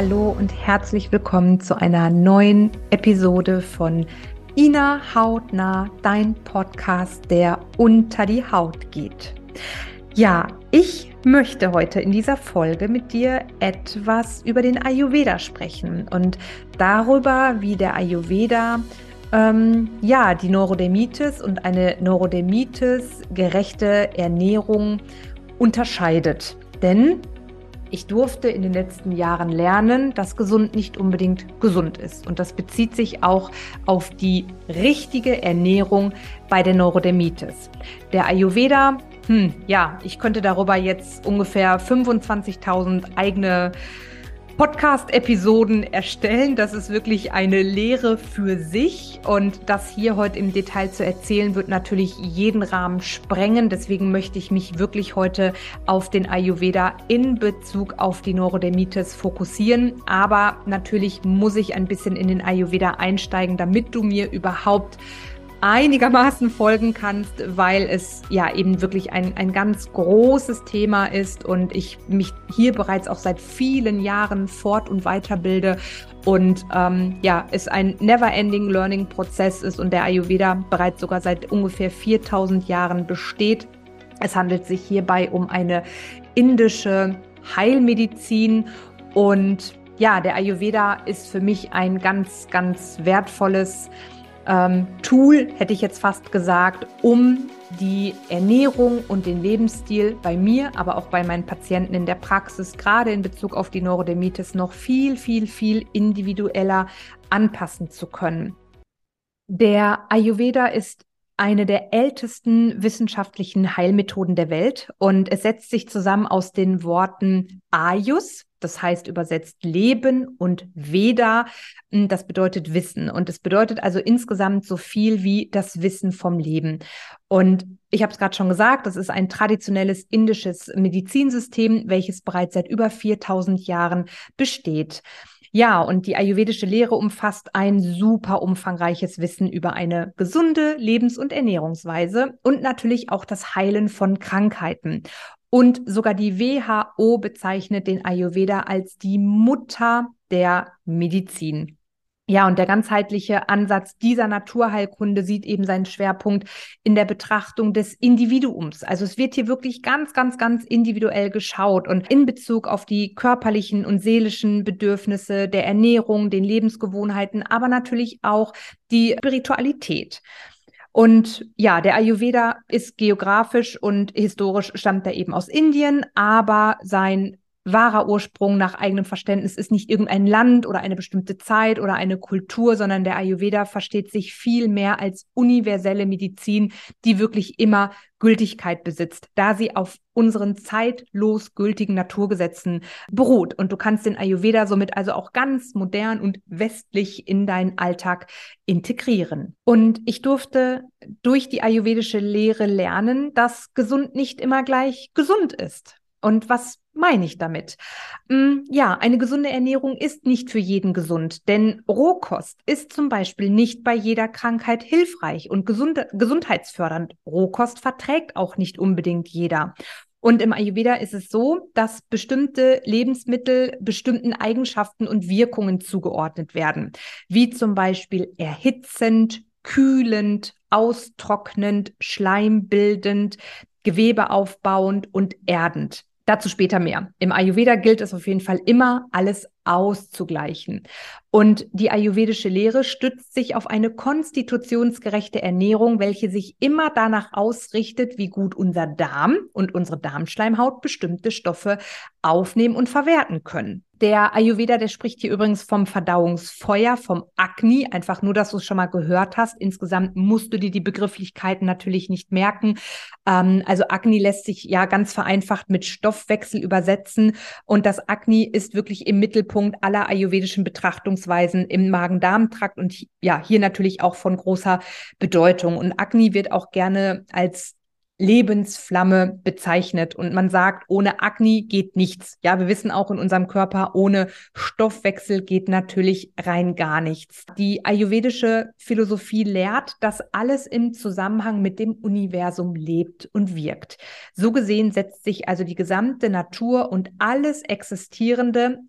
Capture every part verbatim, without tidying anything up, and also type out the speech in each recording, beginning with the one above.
Hallo und herzlich willkommen zu einer neuen Episode von Ina Hautnah, dein Podcast, der unter die Haut geht. Ja, ich möchte heute in dieser Folge mit dir etwas über den Ayurveda sprechen und darüber, wie der Ayurveda ähm, ja, die Neurodermitis und eine Neurodermitis-gerechte Ernährung unterscheidet. Denn ich durfte in den letzten Jahren lernen, dass gesund nicht unbedingt gesund ist. Und das bezieht sich auch auf die richtige Ernährung bei der Neurodermitis. Der Ayurveda, hm, ja, ich könnte darüber jetzt ungefähr fünfundzwanzigtausend eigene Podcast-Episoden erstellen. Das ist wirklich eine Lehre für sich und das hier heute im Detail zu erzählen, wird natürlich jeden Rahmen sprengen. Deswegen möchte ich mich wirklich heute auf den Ayurveda in Bezug auf die Neurodermitis fokussieren. Aber natürlich muss ich ein bisschen in den Ayurveda einsteigen, damit du mir überhaupt einigermaßen folgen kannst, weil es ja eben wirklich ein, ein ganz großes Thema ist und ich mich hier bereits auch seit vielen Jahren fort- und weiterbilde und ähm, ja, es ein never-ending Learning-Prozess ist und der Ayurveda bereits sogar seit ungefähr viertausend Jahren besteht. Es handelt sich hierbei um eine indische Heilmedizin und ja, der Ayurveda ist für mich ein ganz, ganz wertvolles Ähm, Tool, hätte ich jetzt fast gesagt, um die Ernährung und den Lebensstil bei mir, aber auch bei meinen Patienten in der Praxis, gerade in Bezug auf die Neurodermitis, noch viel, viel, viel individueller anpassen zu können. Der Ayurveda ist eine der ältesten wissenschaftlichen Heilmethoden der Welt und es setzt sich zusammen aus den Worten Ayus, das heißt übersetzt Leben, und Veda, das bedeutet Wissen. Und es bedeutet also insgesamt so viel wie das Wissen vom Leben. Und ich habe es gerade schon gesagt, das ist ein traditionelles indisches Medizinsystem, welches bereits seit über viertausend Jahren besteht. Ja, und die ayurvedische Lehre umfasst ein super umfangreiches Wissen über eine gesunde Lebens- und Ernährungsweise und natürlich auch das Heilen von Krankheiten. Und sogar die W H O bezeichnet den Ayurveda als die Mutter der Medizin. Ja, und der ganzheitliche Ansatz dieser Naturheilkunde sieht eben seinen Schwerpunkt in der Betrachtung des Individuums. Also es wird hier wirklich ganz, ganz, ganz individuell geschaut und in Bezug auf die körperlichen und seelischen Bedürfnisse der Ernährung, den Lebensgewohnheiten, aber natürlich auch die Spiritualität. Und ja, der Ayurveda ist geografisch und historisch stammt er eben aus Indien, aber sein wahrer Ursprung nach eigenem Verständnis ist nicht irgendein Land oder eine bestimmte Zeit oder eine Kultur, sondern der Ayurveda versteht sich viel mehr als universelle Medizin, die wirklich immer Gültigkeit besitzt, da sie auf unseren zeitlos gültigen Naturgesetzen beruht. Und du kannst den Ayurveda somit also auch ganz modern und westlich in deinen Alltag integrieren. Und ich durfte durch die ayurvedische Lehre lernen, dass gesund nicht immer gleich gesund ist. Und was meine ich damit? Ja, eine gesunde Ernährung ist nicht für jeden gesund, denn Rohkost ist zum Beispiel nicht bei jeder Krankheit hilfreich und gesund, gesundheitsfördernd. Rohkost verträgt auch nicht unbedingt jeder. Und im Ayurveda ist es so, dass bestimmte Lebensmittel bestimmten Eigenschaften und Wirkungen zugeordnet werden, wie zum Beispiel erhitzend, kühlend, austrocknend, schleimbildend, gewebeaufbauend und erdend. Dazu später mehr. Im Ayurveda gilt es auf jeden Fall immer, alles auszugleichen. Und die ayurvedische Lehre stützt sich auf eine konstitutionsgerechte Ernährung, welche sich immer danach ausrichtet, wie gut unser Darm und unsere Darmschleimhaut bestimmte Stoffe aufnehmen und verwerten können. Der Ayurveda, der spricht hier übrigens vom Verdauungsfeuer, vom Agni, einfach nur, dass du es schon mal gehört hast. Insgesamt musst du dir die Begrifflichkeiten natürlich nicht merken. Ähm, also Agni lässt sich ja ganz vereinfacht mit Stoffwechsel übersetzen und das Agni ist wirklich im Mittelpunkt aller ayurvedischen Betrachtungsweisen im Magen-Darm-Trakt und ja, hier natürlich auch von großer Bedeutung. Und Agni wird auch gerne als Lebensflamme bezeichnet und man sagt, ohne Agni geht nichts. Ja, wir wissen auch in unserem Körper, ohne Stoffwechsel geht natürlich rein gar nichts. Die ayurvedische Philosophie lehrt, dass alles im Zusammenhang mit dem Universum lebt und wirkt. So gesehen setzt sich also die gesamte Natur und alles Existierende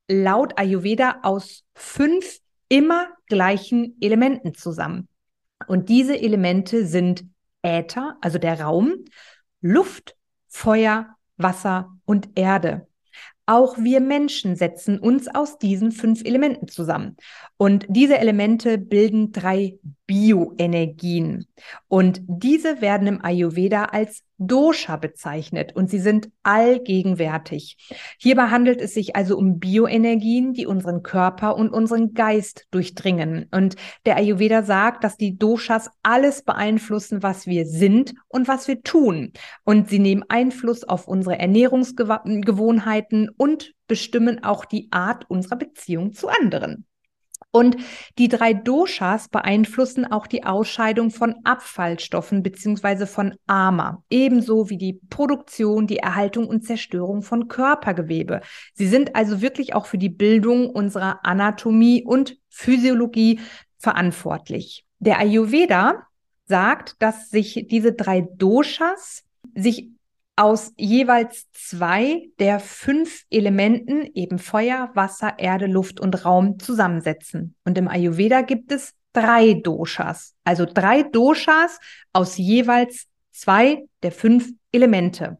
laut Ayurveda aus fünf immer gleichen Elementen zusammen. Und diese Elemente sind Äther, also der Raum, Luft, Feuer, Wasser und Erde. Auch wir Menschen setzen uns aus diesen fünf Elementen zusammen. Und diese Elemente bilden drei Bioenergien. Und diese werden im Ayurveda als Dosha bezeichnet und sie sind allgegenwärtig. Hierbei handelt es sich also um Bioenergien, die unseren Körper und unseren Geist durchdringen. Und der Ayurveda sagt, dass die Doshas alles beeinflussen, was wir sind und was wir tun. Und sie nehmen Einfluss auf unsere Ernährungsgewohnheiten und bestimmen auch die Art unserer Beziehung zu anderen. Und die drei Doshas beeinflussen auch die Ausscheidung von Abfallstoffen beziehungsweise von Ama, ebenso wie die Produktion, die Erhaltung und Zerstörung von Körpergewebe. Sie sind also wirklich auch für die Bildung unserer Anatomie und Physiologie verantwortlich. Der Ayurveda sagt, dass sich diese drei Doshas sich aus jeweils zwei der fünf Elementen, eben Feuer, Wasser, Erde, Luft und Raum, zusammensetzen. Und im Ayurveda gibt es drei Doshas, also drei Doshas aus jeweils zwei der fünf Elemente.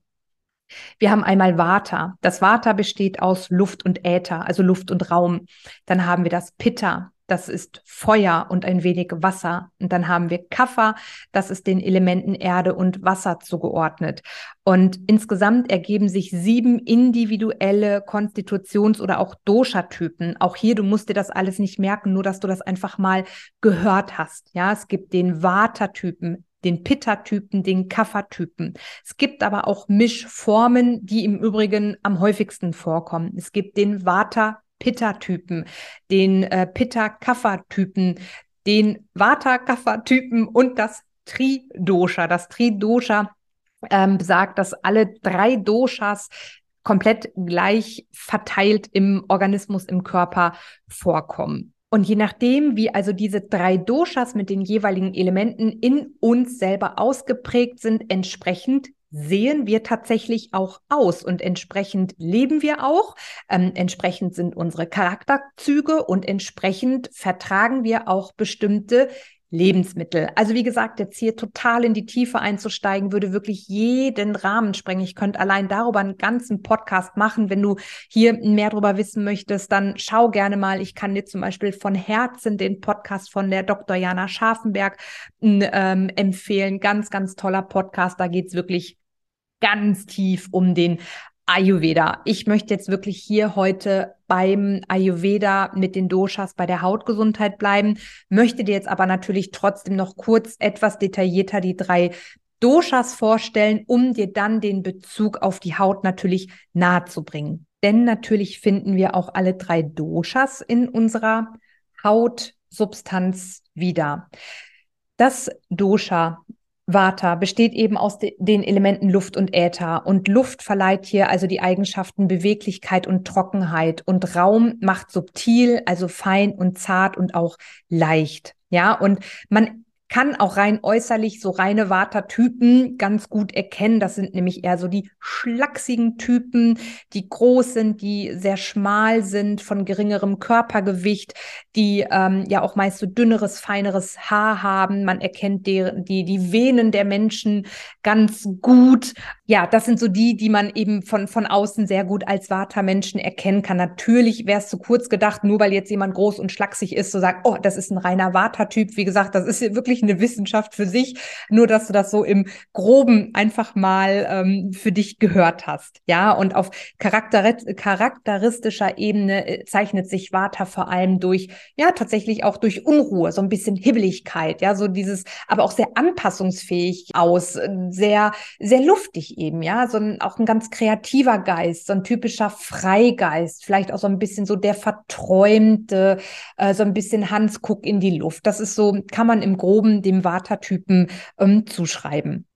Wir haben einmal Vata. Das Vata besteht aus Luft und Äther, also Luft und Raum. Dann haben wir das Pitta. Das ist Feuer und ein wenig Wasser. Und dann haben wir Kapha, das ist den Elementen Erde und Wasser zugeordnet. Und insgesamt ergeben sich sieben individuelle Konstitutions- oder auch Dosha-Typen. Auch hier, du musst dir das alles nicht merken, nur dass du das einfach mal gehört hast. Ja, es gibt den Vata-Typen, den Pitta-Typen, den Kapha-Typen. Es gibt aber auch Mischformen, die im Übrigen am häufigsten vorkommen. Es gibt den Vata Pitta-Typen, den äh, Pitta-Kapha-Typen, den Vata-Kapha-Typen und das Tri-Dosha. Das Tri-Dosha ähm, besagt, dass alle drei Doshas komplett gleich verteilt im Organismus, im Körper vorkommen. Und je nachdem, wie also diese drei Doshas mit den jeweiligen Elementen in uns selber ausgeprägt sind, entsprechend sehen wir tatsächlich auch aus und entsprechend leben wir auch, ähm, entsprechend sind unsere Charakterzüge und entsprechend vertragen wir auch bestimmte Lebensmittel. Also wie gesagt, jetzt hier total in die Tiefe einzusteigen, würde wirklich jeden Rahmen sprengen. Ich könnte allein darüber einen ganzen Podcast machen. Wenn du hier mehr darüber wissen möchtest, dann schau gerne mal. Ich kann dir zum Beispiel von Herzen den Podcast von der Doktor Jana Scharfenberg ähm, empfehlen. Ganz, ganz toller Podcast. Da geht's wirklich ganz tief um den Ayurveda. Ich möchte jetzt wirklich hier heute beim Ayurveda mit den Doshas bei der Hautgesundheit bleiben, möchte dir jetzt aber natürlich trotzdem noch kurz etwas detaillierter die drei Doshas vorstellen, um dir dann den Bezug auf die Haut natürlich nahezubringen. Denn natürlich finden wir auch alle drei Doshas in unserer Hautsubstanz wieder. Das Dosha Vata besteht eben aus de den Elementen Luft und Äther. Und Luft verleiht hier also die Eigenschaften Beweglichkeit und Trockenheit. Und Raum macht subtil, also fein und zart und auch leicht. Ja, und man kann auch rein äußerlich so reine Vata-Typen ganz gut erkennen. Das sind nämlich eher so die schlachsigen Typen, die groß sind, die sehr schmal sind, von geringerem Körpergewicht, die ähm, ja auch meist so dünneres, feineres Haar haben. Man erkennt die, die, die Venen der Menschen ganz gut. Ja, das sind so die, die man eben von, von außen sehr gut als Vata-Menschen erkennen kann. Natürlich wäre es zu kurz gedacht, nur weil jetzt jemand groß und schlaksig ist, zu sagen, oh, das ist ein reiner Vata-Typ. Wie gesagt, das ist wirklich eine Wissenschaft für sich, nur dass du das so im Groben einfach mal ähm, für dich gehört hast. Ja, und auf charakter charakteristischer Ebene zeichnet sich Vata vor allem durch, ja, tatsächlich auch durch Unruhe, so ein bisschen Hibbeligkeit, ja, so dieses, aber auch sehr anpassungsfähig aus, sehr, sehr luftig eben, ja, so ein, auch ein ganz kreativer Geist, so ein typischer Freigeist, vielleicht auch so ein bisschen so der Verträumte, äh, so ein bisschen Hans Kuck in die Luft. Das ist so, kann man im Groben dem Vata-Typen ähm, zuschreiben.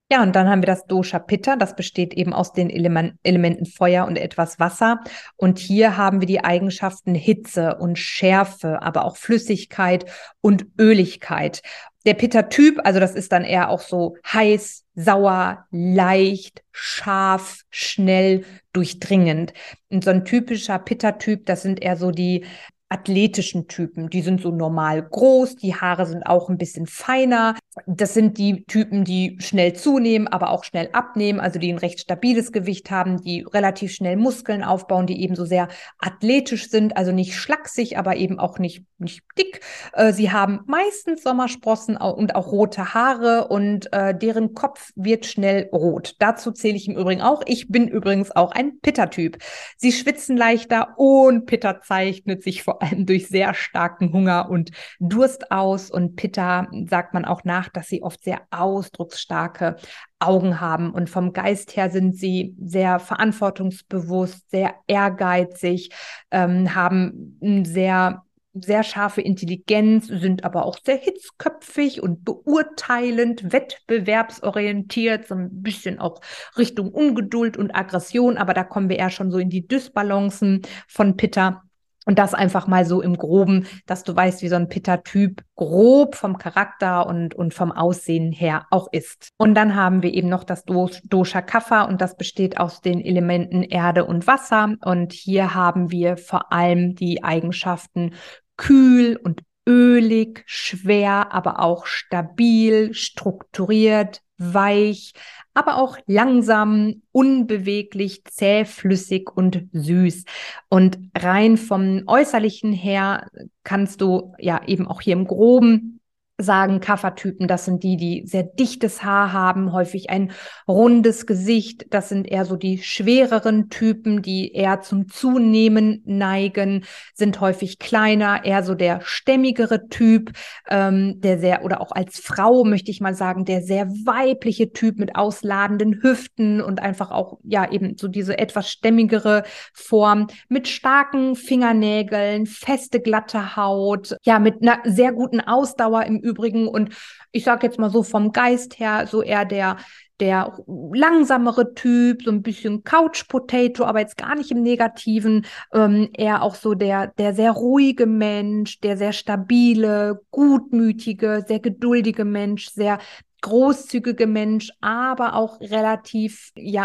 Ja, und dann haben wir das Dosha Pitta, das besteht eben aus den Elemen Elementen Feuer und etwas Wasser. Und hier haben wir die Eigenschaften Hitze und Schärfe, aber auch Flüssigkeit und Öligkeit. Der Pitta-Typ, also das ist dann eher auch so heiß, sauer, leicht, scharf, schnell, durchdringend. Und so ein typischer Pitta-Typ, das sind eher so die athletischen Typen. Die sind so normal groß, die Haare sind auch ein bisschen feiner. Das sind die Typen, die schnell zunehmen, aber auch schnell abnehmen, also die ein recht stabiles Gewicht haben, die relativ schnell Muskeln aufbauen, die eben so sehr athletisch sind, also nicht schlaksig, aber eben auch nicht, nicht dick. Äh, sie haben meistens Sommersprossen und auch rote Haare und äh, deren Kopf wird schnell rot. Dazu zähle ich im Übrigen auch. Ich bin übrigens auch ein Pitta-Typ. Sie schwitzen leichter und Pitta zeichnet sich vor allem durch sehr starken Hunger und Durst aus. Und Pitta sagt man auch nach, dass sie oft sehr ausdrucksstarke Augen haben. Und vom Geist her sind sie sehr verantwortungsbewusst, sehr ehrgeizig, ähm, haben ein sehr sehr scharfe Intelligenz, sind aber auch sehr hitzköpfig und beurteilend, wettbewerbsorientiert, so ein bisschen auch Richtung Ungeduld und Aggression, aber da kommen wir eher schon so in die Dysbalancen von Pitta. Und das einfach mal so im Groben, dass du weißt, wie so ein Pitta-Typ grob vom Charakter und, und vom Aussehen her auch ist. Und dann haben wir eben noch das Dosha Kapha und das besteht aus den Elementen Erde und Wasser. Und hier haben wir vor allem die Eigenschaften kühl und ölig, schwer, aber auch stabil, strukturiert, weich, aber auch langsam, unbeweglich, zähflüssig und süß. Und rein vom Äußerlichen her kannst du ja eben auch hier im Groben sagen, Kapha-Typen, das sind die, die sehr dichtes Haar haben, häufig ein rundes Gesicht. Das sind eher so die schwereren Typen, die eher zum Zunehmen neigen, sind häufig kleiner, eher so der stämmigere Typ, ähm, der sehr, oder auch als Frau möchte ich mal sagen, der sehr weibliche Typ mit ausladenden Hüften und einfach auch, ja, eben so diese etwas stämmigere Form mit starken Fingernägeln, feste, glatte Haut, ja, mit einer sehr guten Ausdauer im Übrigen und ich sage jetzt mal so vom Geist her so eher der der langsamere Typ, so ein bisschen Couch Potato, aber jetzt gar nicht im Negativen, ähm, eher auch so der der sehr ruhige Mensch, der sehr stabile, gutmütige, sehr geduldige Mensch, sehr großzügige Mensch, aber auch relativ ja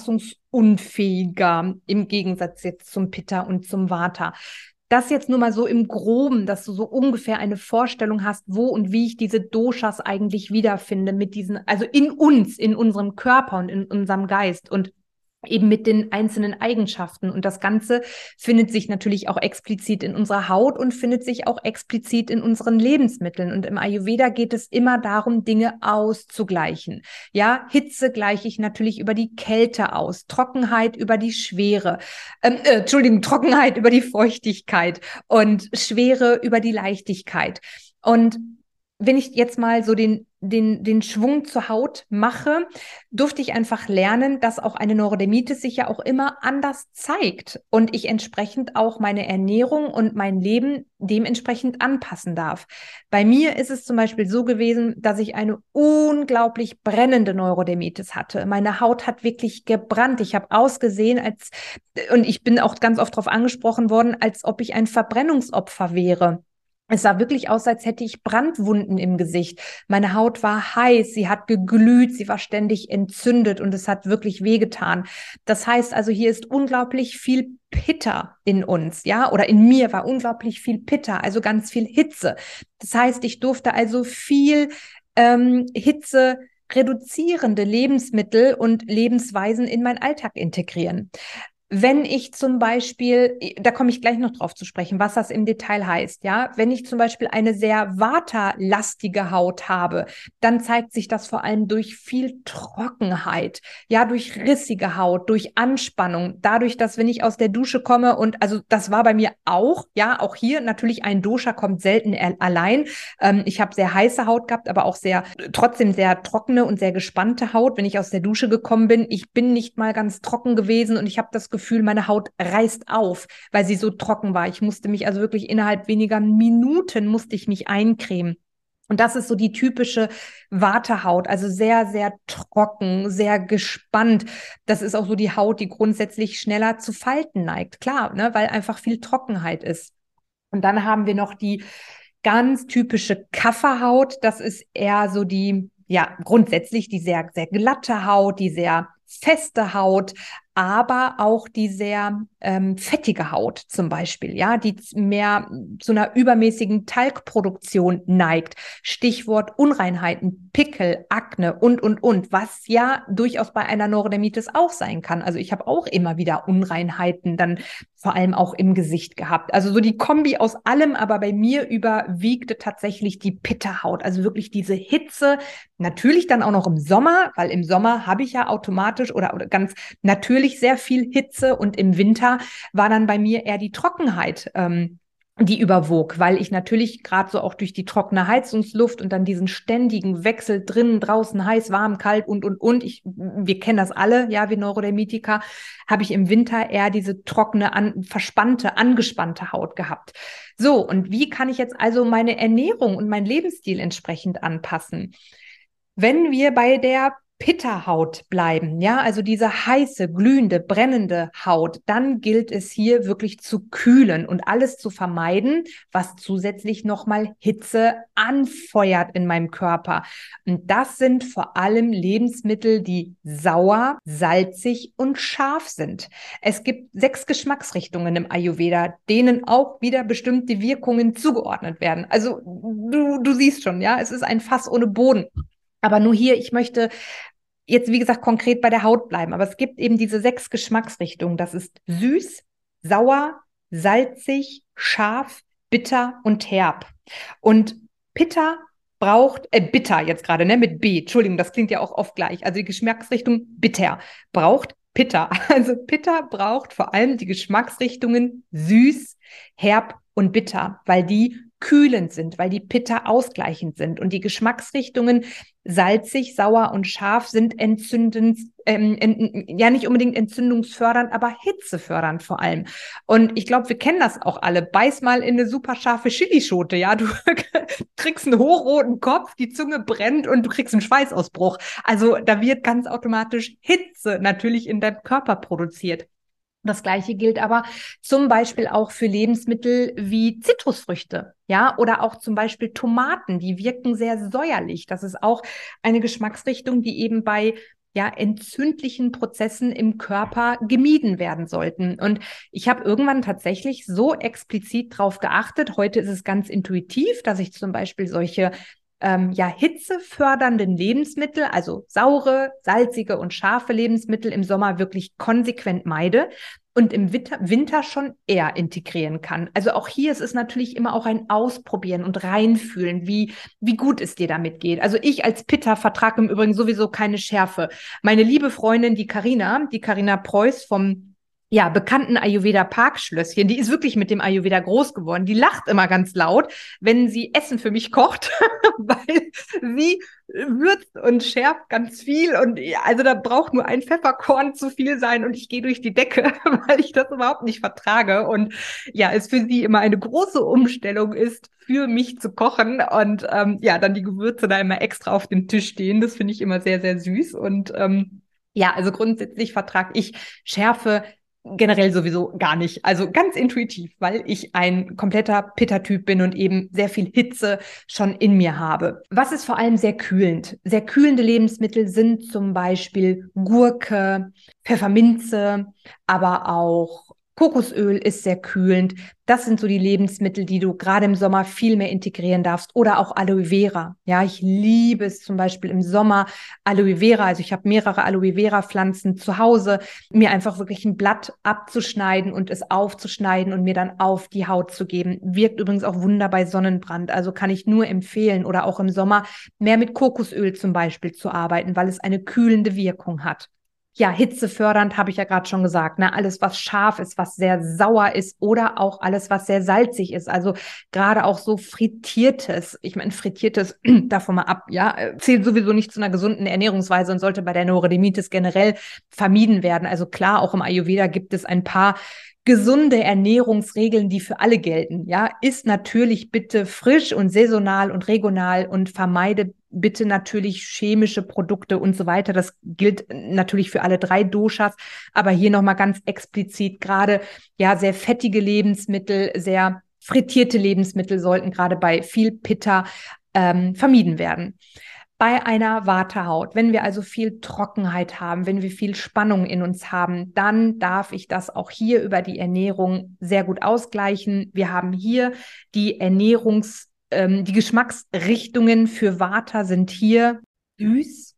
anpassungsunfähiger im Gegensatz jetzt zum Pitta und zum Vata. Das jetzt nur mal so im Groben, dass du so ungefähr eine Vorstellung hast, wo und wie ich diese Doshas eigentlich wiederfinde mit diesen, also in uns, in unserem Körper und in unserem Geist und eben mit den einzelnen Eigenschaften. Und das Ganze findet sich natürlich auch explizit in unserer Haut und findet sich auch explizit in unseren Lebensmitteln. Und im Ayurveda geht es immer darum, Dinge auszugleichen. Ja, Hitze gleiche ich natürlich über die Kälte aus, Trockenheit über die Schwere, ähm, äh, Entschuldigung, Trockenheit über die Feuchtigkeit und Schwere über die Leichtigkeit. Und wenn ich jetzt mal so den, den, den Schwung zur Haut mache, durfte ich einfach lernen, dass auch eine Neurodermitis sich ja auch immer anders zeigt und ich entsprechend auch meine Ernährung und mein Leben dementsprechend anpassen darf. Bei mir ist es zum Beispiel so gewesen, dass ich eine unglaublich brennende Neurodermitis hatte. Meine Haut hat wirklich gebrannt. Ich habe ausgesehen, als, und ich bin auch ganz oft darauf angesprochen worden, als ob ich ein Verbrennungsopfer wäre. Es sah wirklich aus, als hätte ich Brandwunden im Gesicht. Meine Haut war heiß, sie hat geglüht, sie war ständig entzündet und es hat wirklich wehgetan. Das heißt also, hier ist unglaublich viel Pitta in uns, ja, oder in mir war unglaublich viel Pitta, also ganz viel Hitze. Das heißt, ich durfte also viel ähm, Hitze reduzierende Lebensmittel und Lebensweisen in meinen Alltag integrieren. Wenn ich zum Beispiel, da komme ich gleich noch drauf zu sprechen, was das im Detail heißt, ja, wenn ich zum Beispiel eine sehr waterlastige Haut habe, dann zeigt sich das vor allem durch viel Trockenheit, ja, durch rissige Haut, durch Anspannung, dadurch, dass wenn ich aus der Dusche komme und, also das war bei mir auch, ja, auch hier natürlich ein Dosha kommt selten allein. Ähm, ich habe sehr heiße Haut gehabt, aber auch sehr, trotzdem sehr trockene und sehr gespannte Haut, wenn ich aus der Dusche gekommen bin. Ich bin nicht mal ganz trocken gewesen und ich habe das Gefühl, Gefühl, meine Haut reißt auf, weil sie so trocken war. Ich musste mich also wirklich innerhalb weniger Minuten musste ich mich eincremen. Und das ist so die typische Wartehaut, also sehr, sehr trocken, sehr gespannt. Das ist auch so die Haut, die grundsätzlich schneller zu Falten neigt. Klar, ne, weil einfach viel Trockenheit ist. Und dann haben wir noch die ganz typische Kafferhaut. Das ist eher so die, ja, grundsätzlich die sehr, sehr glatte Haut, die sehr feste Haut, aber auch die sehr ähm, fettige Haut zum Beispiel, ja, die mehr zu einer übermäßigen Talgproduktion neigt. Stichwort Unreinheiten, Pickel, Akne und, und, und, was ja durchaus bei einer Neurodermitis auch sein kann. Also ich habe auch immer wieder Unreinheiten dann vor allem auch im Gesicht gehabt. Also so die Kombi aus allem, aber bei mir überwiegte tatsächlich die Pitterhaut, also wirklich diese Hitze, natürlich dann auch noch im Sommer, weil im Sommer habe ich ja automatisch oder, oder ganz natürlich sehr viel Hitze und im Winter war dann bei mir eher die Trockenheit, ähm, die überwog, weil ich natürlich gerade so auch durch die trockene Heizungsluft und dann diesen ständigen Wechsel drinnen, draußen, heiß, warm, kalt und, und, und, ich, wir kennen das alle, ja, wir Neurodermitiker, habe ich im Winter eher diese trockene, an, verspannte, angespannte Haut gehabt. So, und wie kann ich jetzt also meine Ernährung und meinen Lebensstil entsprechend anpassen? Wenn wir bei der Pitterhaut bleiben, ja, also diese heiße, glühende, brennende Haut, dann gilt es hier wirklich zu kühlen und alles zu vermeiden, was zusätzlich nochmal Hitze anfeuert in meinem Körper. Und das sind vor allem Lebensmittel, die sauer, salzig und scharf sind. Es gibt sechs Geschmacksrichtungen im Ayurveda, denen auch wieder bestimmte Wirkungen zugeordnet werden. Also du, du siehst schon, ja, es ist ein Fass ohne Boden. Aber nur hier, ich möchte jetzt, wie gesagt, konkret bei der Haut bleiben. Aber es gibt eben diese sechs Geschmacksrichtungen. Das ist süß, sauer, salzig, scharf, bitter und herb. Und Pitta braucht, äh, bitter jetzt gerade, ne, mit B. Entschuldigung, das klingt ja auch oft gleich. Also die Geschmacksrichtung bitter braucht Pitta. Also Pitta braucht vor allem die Geschmacksrichtungen süß, herb und bitter, weil die kühlend sind, weil die Pitta ausgleichend sind. Und die Geschmacksrichtungen salzig, sauer und scharf sind entzündend, ähm, ent, ja nicht unbedingt entzündungsfördernd, aber hitzefördernd vor allem. Und ich glaube, wir kennen das auch alle. Beiß mal in eine super scharfe Chilischote, ja, du kriegst einen hochroten Kopf, die Zunge brennt und du kriegst einen Schweißausbruch. Also da wird ganz automatisch Hitze natürlich in deinem Körper produziert. Das Gleiche gilt aber zum Beispiel auch für Lebensmittel wie Zitrusfrüchte, ja, oder auch zum Beispiel Tomaten, die wirken sehr säuerlich. Das ist auch eine Geschmacksrichtung, die eben bei ja, entzündlichen Prozessen im Körper gemieden werden sollten. Und ich habe irgendwann tatsächlich so explizit drauf geachtet. Heute ist es ganz intuitiv, dass ich zum Beispiel solche Ähm, ja, hitzefördernden Lebensmittel, also saure, salzige und scharfe Lebensmittel im Sommer wirklich konsequent meide und im Winter, Winter schon eher integrieren kann. Also auch hier ist es natürlich immer auch ein Ausprobieren und Reinfühlen, wie, wie gut es dir damit geht. Also ich als Pitta vertrage im Übrigen sowieso keine Schärfe. Meine liebe Freundin, die Carina, die Carina Preuß vom ja, bekannten Ayurveda-Parkschlösschen, die ist wirklich mit dem Ayurveda groß geworden. Die lacht immer ganz laut, wenn sie Essen für mich kocht, weil sie würzt und schärft ganz viel und also da braucht nur ein Pfefferkorn zu viel sein und ich gehe durch die Decke, weil ich das überhaupt nicht vertrage und ja, es für sie immer eine große Umstellung ist, für mich zu kochen und ähm, ja, dann die Gewürze da immer extra auf dem Tisch stehen. Das finde ich immer sehr, sehr süß und ähm, ja, also grundsätzlich vertrage ich Schärfe generell sowieso gar nicht. Also ganz intuitiv, weil ich ein kompletter Pitta-Typ bin und eben sehr viel Hitze schon in mir habe. Was ist vor allem sehr kühlend? Sehr kühlende Lebensmittel sind zum Beispiel Gurke, Pfefferminze, aber auch Kokosöl ist sehr kühlend. Das sind so die Lebensmittel, die du gerade im Sommer viel mehr integrieren darfst. Oder auch Aloe Vera. Ja, ich liebe es zum Beispiel im Sommer Aloe Vera. Also ich habe mehrere Aloe Vera Pflanzen zu Hause, mir einfach wirklich ein Blatt abzuschneiden und es aufzuschneiden und mir dann auf die Haut zu geben. Wirkt übrigens auch Wunder bei Sonnenbrand. Also kann ich nur empfehlen oder auch im Sommer mehr mit Kokosöl zum Beispiel zu arbeiten, weil es eine kühlende Wirkung hat. Ja, hitzefördernd habe ich ja gerade schon gesagt, ne? Alles, was scharf ist, was sehr sauer ist oder auch alles, was sehr salzig ist. Also gerade auch so frittiertes, ich meine frittiertes, davon mal ab, ja, zählt sowieso nicht zu einer gesunden Ernährungsweise und sollte bei der Neurodermitis generell vermieden werden. Also klar, auch im Ayurveda gibt es ein paar gesunde Ernährungsregeln, die für alle gelten. Ja, isst natürlich bitte frisch und saisonal und regional und vermeide bitte natürlich chemische Produkte und so weiter. Das gilt natürlich für alle drei Doshas, aber hier nochmal ganz explizit gerade, ja, sehr fettige Lebensmittel, sehr frittierte Lebensmittel sollten gerade bei viel Pitta ähm, vermieden werden. Bei einer Vata-Haut, wenn wir also viel Trockenheit haben, wenn wir viel Spannung in uns haben, dann darf ich das auch hier über die Ernährung sehr gut ausgleichen. Wir haben hier die Ernährungs- ähm, die Geschmacksrichtungen für Vata sind hier süß,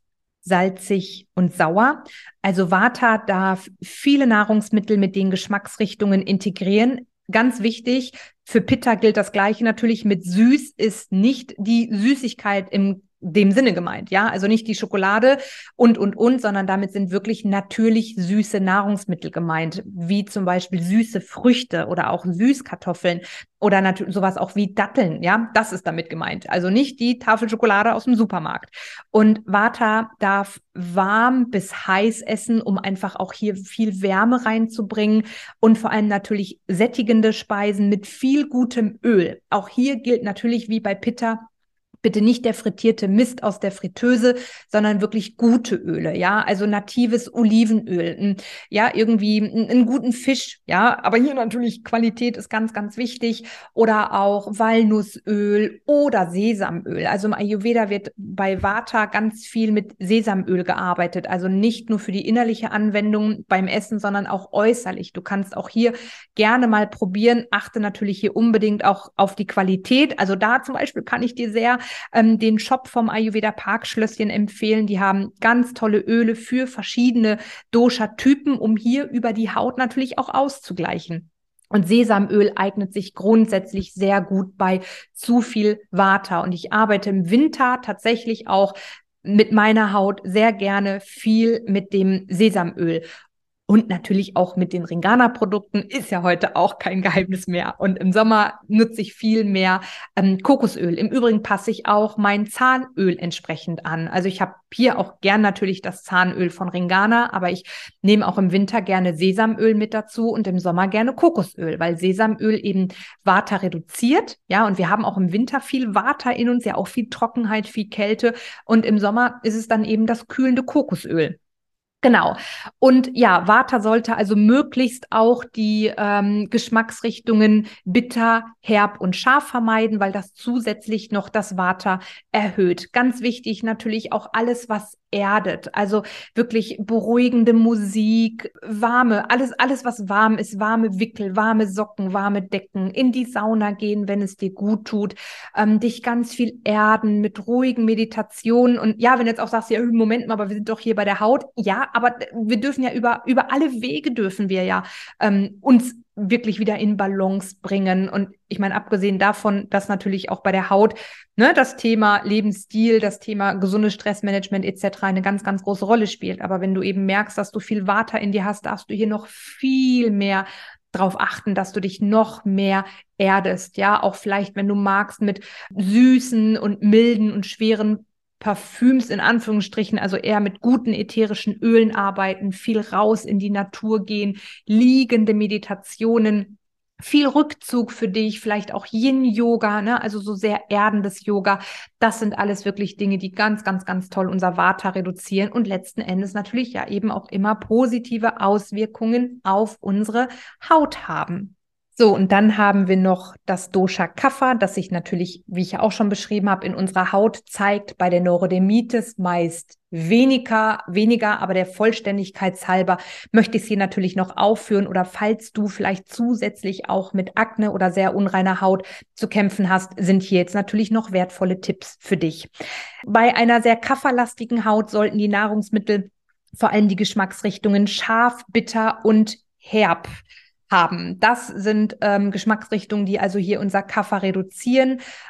salzig und sauer. Also Vata darf viele Nahrungsmittel mit den Geschmacksrichtungen integrieren. Ganz wichtig, für Pitta gilt das Gleiche natürlich. Mit süß ist nicht die Süßigkeit im dem Sinne gemeint, ja, also nicht die Schokolade und, und, und, sondern damit sind wirklich natürlich süße Nahrungsmittel gemeint, wie zum Beispiel süße Früchte oder auch Süßkartoffeln oder natürlich sowas auch wie Datteln, ja, das ist damit gemeint, also nicht die Tafel Schokolade aus dem Supermarkt. Und Vata darf warm bis heiß essen, um einfach auch hier viel Wärme reinzubringen und vor allem natürlich sättigende Speisen mit viel gutem Öl. Auch hier gilt natürlich wie bei Pitta, bitte nicht der frittierte Mist aus der Fritteuse, sondern wirklich gute Öle, ja, also natives Olivenöl, ja, irgendwie einen guten Fisch, ja, aber hier natürlich Qualität ist ganz, ganz wichtig oder auch Walnussöl oder Sesamöl. Also im Ayurveda wird bei Vata ganz viel mit Sesamöl gearbeitet, also nicht nur für die innerliche Anwendung beim Essen, sondern auch äußerlich. Du kannst auch hier gerne mal probieren, achte natürlich hier unbedingt auch auf die Qualität. Also da zum Beispiel kann ich dir sehr Ähm, den Shop vom Ayurveda Parkschlösschen empfehlen. Die haben ganz tolle Öle für verschiedene Dosha-Typen, um hier über die Haut natürlich auch auszugleichen. Und Sesamöl eignet sich grundsätzlich sehr gut bei zu viel Vata. Und ich arbeite im Winter tatsächlich auch mit meiner Haut sehr gerne viel mit dem Sesamöl. Und natürlich auch mit den Ringana-Produkten ist ja heute auch kein Geheimnis mehr. Und im Sommer nutze ich viel mehr ähm, Kokosöl. Im Übrigen passe ich auch mein Zahnöl entsprechend an. Also ich habe hier auch gern natürlich das Zahnöl von Ringana, aber ich nehme auch im Winter gerne Sesamöl mit dazu und im Sommer gerne Kokosöl, weil Sesamöl eben Vata reduziert. Ja, und wir haben auch im Winter viel Vata in uns, ja auch viel Trockenheit, viel Kälte. Und im Sommer ist es dann eben das kühlende Kokosöl. Genau. Und ja, Vata sollte also möglichst auch die ähm, Geschmacksrichtungen bitter, herb und scharf vermeiden, weil das zusätzlich noch das Vata erhöht. Ganz wichtig natürlich auch alles, was erdet. Also wirklich beruhigende Musik, warme, alles, alles, was warm ist, warme Wickel, warme Socken, warme Decken, in die Sauna gehen, wenn es dir gut tut, ähm, dich ganz viel erden mit ruhigen Meditationen. Und ja, wenn du jetzt auch sagst, ja, Moment mal, aber wir sind doch hier bei der Haut. Ja, aber wir dürfen ja über, über alle Wege dürfen wir ja ähm, uns wirklich wieder in Balance bringen. Und ich meine, abgesehen davon, dass natürlich auch bei der Haut ne, das Thema Lebensstil, das Thema gesundes Stressmanagement et cetera eine ganz, ganz große Rolle spielt. Aber wenn du eben merkst, dass du viel Vata in dir hast, darfst du hier noch viel mehr darauf achten, dass du dich noch mehr erdest. Ja, auch vielleicht, wenn du magst, mit süßen und milden und schweren Parfüms in Anführungsstrichen, also eher mit guten ätherischen Ölen arbeiten, viel raus in die Natur gehen, liegende Meditationen, viel Rückzug für dich, vielleicht auch Yin-Yoga, ne? Also so sehr erdendes Yoga. Das sind alles wirklich Dinge, die ganz, ganz, ganz toll unser Vata reduzieren und letzten Endes natürlich ja eben auch immer positive Auswirkungen auf unsere Haut haben. So, und dann haben wir noch das Dosha Kapha, das sich natürlich, wie ich ja auch schon beschrieben habe, in unserer Haut zeigt, bei der Neurodermitis meist weniger, weniger, aber der Vollständigkeit halber möchte ich es hier natürlich noch aufführen oder falls du vielleicht zusätzlich auch mit Akne oder sehr unreiner Haut zu kämpfen hast, sind hier jetzt natürlich noch wertvolle Tipps für dich. Bei einer sehr kapha-lastigen Haut sollten die Nahrungsmittel, vor allem die Geschmacksrichtungen scharf, bitter und herb haben. Das sind ähm, Geschmacksrichtungen, die also hier unser Kapha reduzieren.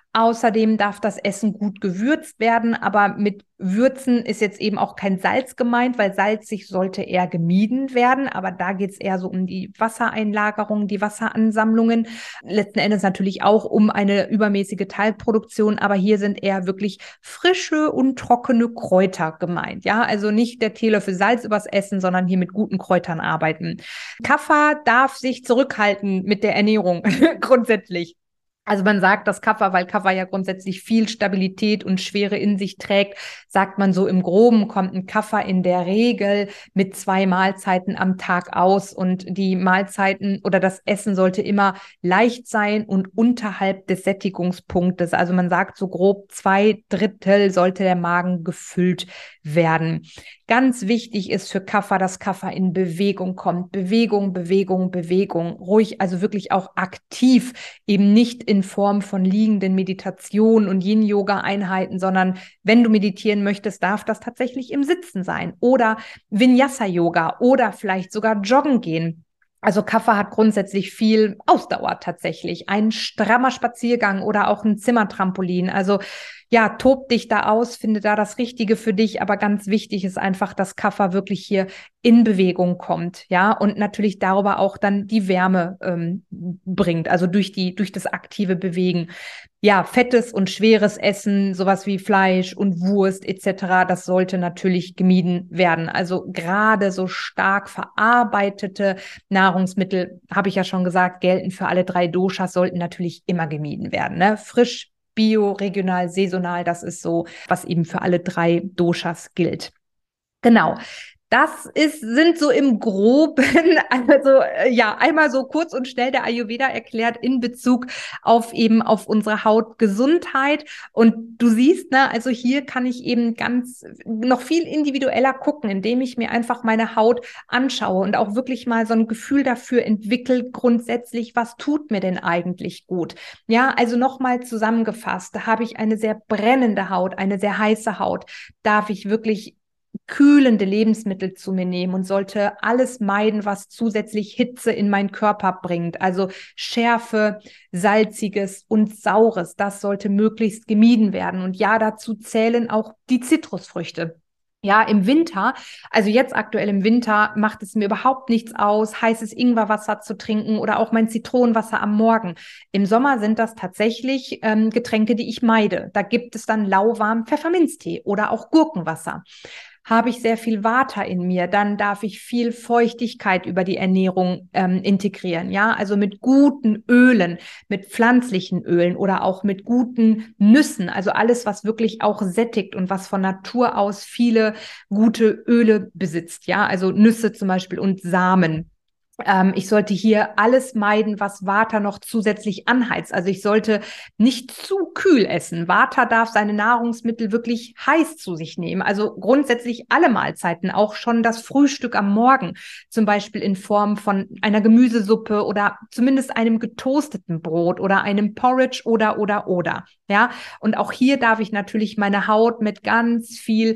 Außerdem darf das Essen gut gewürzt werden, aber mit Würzen ist jetzt eben auch kein Salz gemeint, weil salzig sollte eher gemieden werden. Aber da geht es eher so um die Wassereinlagerung, die Wasseransammlungen. Letzten Endes natürlich auch um eine übermäßige Talgproduktion. Aber hier sind eher wirklich frische und trockene Kräuter gemeint. Ja, also nicht der Teelöffel Salz übers Essen, sondern hier mit guten Kräutern arbeiten. Kaffer darf sich zurückhalten mit der Ernährung grundsätzlich. Also man sagt, dass Kaffer, weil Kaffer ja grundsätzlich viel Stabilität und Schwere in sich trägt, sagt man so im Groben, kommt ein Kaffer in der Regel mit zwei Mahlzeiten am Tag aus. Und die Mahlzeiten oder das Essen sollte immer leicht sein und unterhalb des Sättigungspunktes. Also man sagt so grob zwei Drittel sollte der Magen gefüllt werden. Ganz wichtig ist für Kaffer, dass Kaffer in Bewegung kommt. Bewegung, Bewegung, Bewegung. Ruhig, also wirklich auch aktiv, eben nicht in Form von liegenden Meditationen und Yin-Yoga-Einheiten, sondern wenn du meditieren möchtest, darf das tatsächlich im Sitzen sein oder Vinyasa-Yoga oder vielleicht sogar joggen gehen. Also Kaffer hat grundsätzlich viel Ausdauer tatsächlich. Ein strammer Spaziergang oder auch ein Zimmertrampolin. Also ja, tob dich da aus, finde da das Richtige für dich. Aber ganz wichtig ist einfach, dass Kaffer wirklich hier in Bewegung kommt, ja, und natürlich darüber auch dann die Wärme ähm, bringt, also durch die, durch das aktive Bewegen. Ja, fettes und schweres Essen, sowas wie Fleisch und Wurst et cetera, das sollte natürlich gemieden werden. Also gerade so stark verarbeitete Nahrungsmittel, habe ich ja schon gesagt, gelten für alle drei Doshas, sollten natürlich immer gemieden werden. Ne? Frisch, bio, regional, saisonal, das ist so, was eben für alle drei Doshas gilt. Genau. Das ist, sind so im Groben, also ja, einmal so kurz und schnell der Ayurveda erklärt in Bezug auf eben auf unsere Hautgesundheit. Und du siehst, ne, also hier kann ich eben ganz noch viel individueller gucken, indem ich mir einfach meine Haut anschaue und auch wirklich mal so ein Gefühl dafür entwickle, grundsätzlich, was tut mir denn eigentlich gut? Ja, also nochmal zusammengefasst, da habe ich eine sehr brennende Haut, eine sehr heiße Haut, darf ich wirklich kühlende Lebensmittel zu mir nehmen und sollte alles meiden, was zusätzlich Hitze in meinen Körper bringt. Also Schärfe, Salziges und Saures, das sollte möglichst gemieden werden. Und ja, dazu zählen auch die Zitrusfrüchte. Ja, im Winter, also jetzt aktuell im Winter, macht es mir überhaupt nichts aus, heißes Ingwerwasser zu trinken oder auch mein Zitronenwasser am Morgen. Im Sommer sind das tatsächlich ähm, Getränke, die ich meide. Da gibt es dann lauwarmen Pfefferminztee oder auch Gurkenwasser. Habe ich sehr viel Vata in mir, dann darf ich viel Feuchtigkeit über die Ernährung ähm, integrieren. Ja, also mit guten Ölen, mit pflanzlichen Ölen oder auch mit guten Nüssen. Also alles, was wirklich auch sättigt und was von Natur aus viele gute Öle besitzt. Ja, also Nüsse zum Beispiel und Samen. Ähm, ich sollte hier alles meiden, was Vata noch zusätzlich anheizt. Also ich sollte nicht zu kühl essen. Vata darf seine Nahrungsmittel wirklich heiß zu sich nehmen. Also grundsätzlich alle Mahlzeiten, auch schon das Frühstück am Morgen, zum Beispiel in Form von einer Gemüsesuppe oder zumindest einem getoasteten Brot oder einem Porridge oder, oder, oder. Ja, und auch hier darf ich natürlich meine Haut mit ganz viel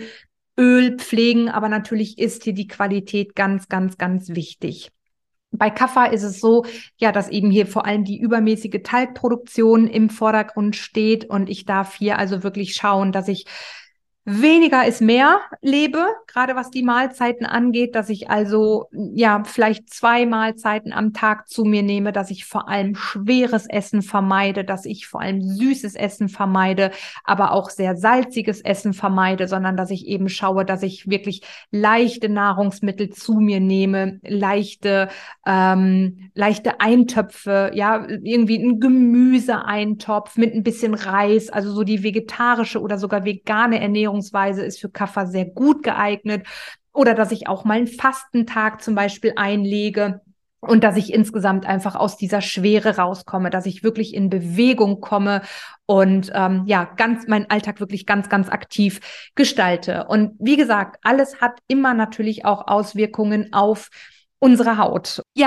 Öl pflegen, aber natürlich ist hier die Qualität ganz, ganz, ganz wichtig. Bei Kaffer ist es so, ja, dass eben hier vor allem die übermäßige Talgproduktion im Vordergrund steht und ich darf hier also wirklich schauen, dass ich weniger ist mehr lebe, gerade was die Mahlzeiten angeht, dass ich also ja vielleicht zwei Mahlzeiten am Tag zu mir nehme, dass ich vor allem schweres Essen vermeide, dass ich vor allem süßes Essen vermeide, aber auch sehr salziges Essen vermeide, sondern dass ich eben schaue, dass ich wirklich leichte Nahrungsmittel zu mir nehme, leichte ähm, leichte Eintöpfe, ja, irgendwie ein Gemüseeintopf mit ein bisschen Reis, also so die vegetarische oder sogar vegane Ernährung ist für Kaffer sehr gut geeignet. Oder dass ich auch mal einen Fastentag zum Beispiel einlege und dass ich insgesamt einfach aus dieser Schwere rauskomme, dass ich wirklich in Bewegung komme und ähm, ja, ganz meinen Alltag wirklich ganz, ganz aktiv gestalte. Und wie gesagt, alles hat immer natürlich auch Auswirkungen auf unsere Haut. Ja,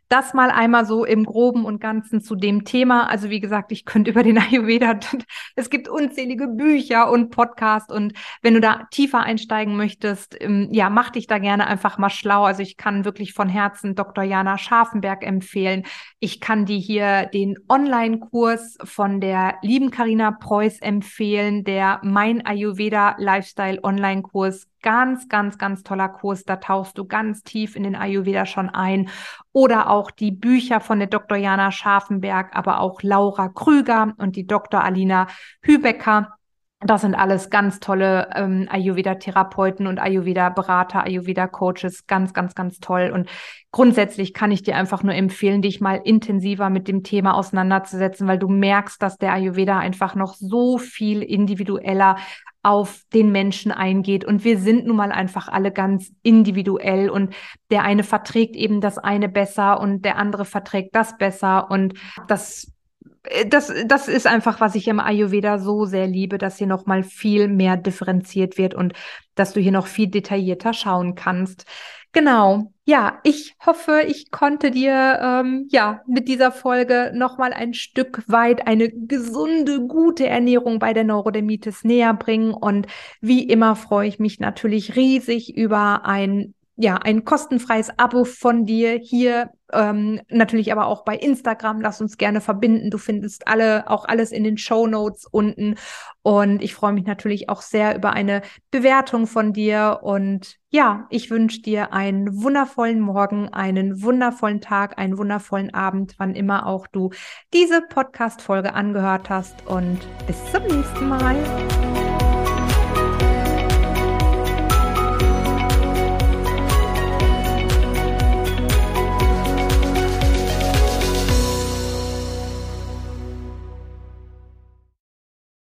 Das mal einmal so im Groben und Ganzen zu dem Thema. Also wie gesagt, ich könnte über den Ayurveda, es gibt unzählige Bücher und Podcasts und wenn du da tiefer einsteigen möchtest, ähm, ja, mach dich da gerne einfach mal schlau. Also ich kann wirklich von Herzen Doktor Jana Scharfenberg empfehlen. Ich kann dir hier den Online-Kurs von der lieben Carina Preuß empfehlen, der Mein Ayurveda Lifestyle Online-Kurs. Ganz, ganz, ganz toller Kurs. Da tauchst du ganz tief in den Ayurveda schon ein. Oder auch die Bücher von der Doktor Jana Scharfenberg, aber auch Laura Krüger und die Doktor Alina Hübecker. Das sind alles ganz tolle ähm, Ayurveda-Therapeuten und Ayurveda-Berater, Ayurveda-Coaches. Ganz, ganz, ganz toll. Und grundsätzlich kann ich dir einfach nur empfehlen, dich mal intensiver mit dem Thema auseinanderzusetzen, weil du merkst, dass der Ayurveda einfach noch so viel individueller auf den Menschen eingeht. Und wir sind nun mal einfach alle ganz individuell und der eine verträgt eben das eine besser und der andere verträgt das besser. Und das Das, das ist einfach, was ich im Ayurveda so sehr liebe, dass hier noch mal viel mehr differenziert wird und dass du hier noch viel detaillierter schauen kannst. Genau. Ja, ich hoffe, ich konnte dir ähm, ja mit dieser Folge noch mal ein Stück weit eine gesunde, gute Ernährung bei der Neurodermitis näher bringen. Und wie immer freue ich mich natürlich riesig über ein ja, ein kostenfreies Abo von dir hier, ähm, natürlich aber auch bei Instagram. Lass uns gerne verbinden. Du findest alle, auch alles in den Shownotes unten. Und ich freue mich natürlich auch sehr über eine Bewertung von dir. Und ja, ich wünsche dir einen wundervollen Morgen, einen wundervollen Tag, einen wundervollen Abend, wann immer auch du diese Podcast-Folge angehört hast. Und bis zum nächsten Mal.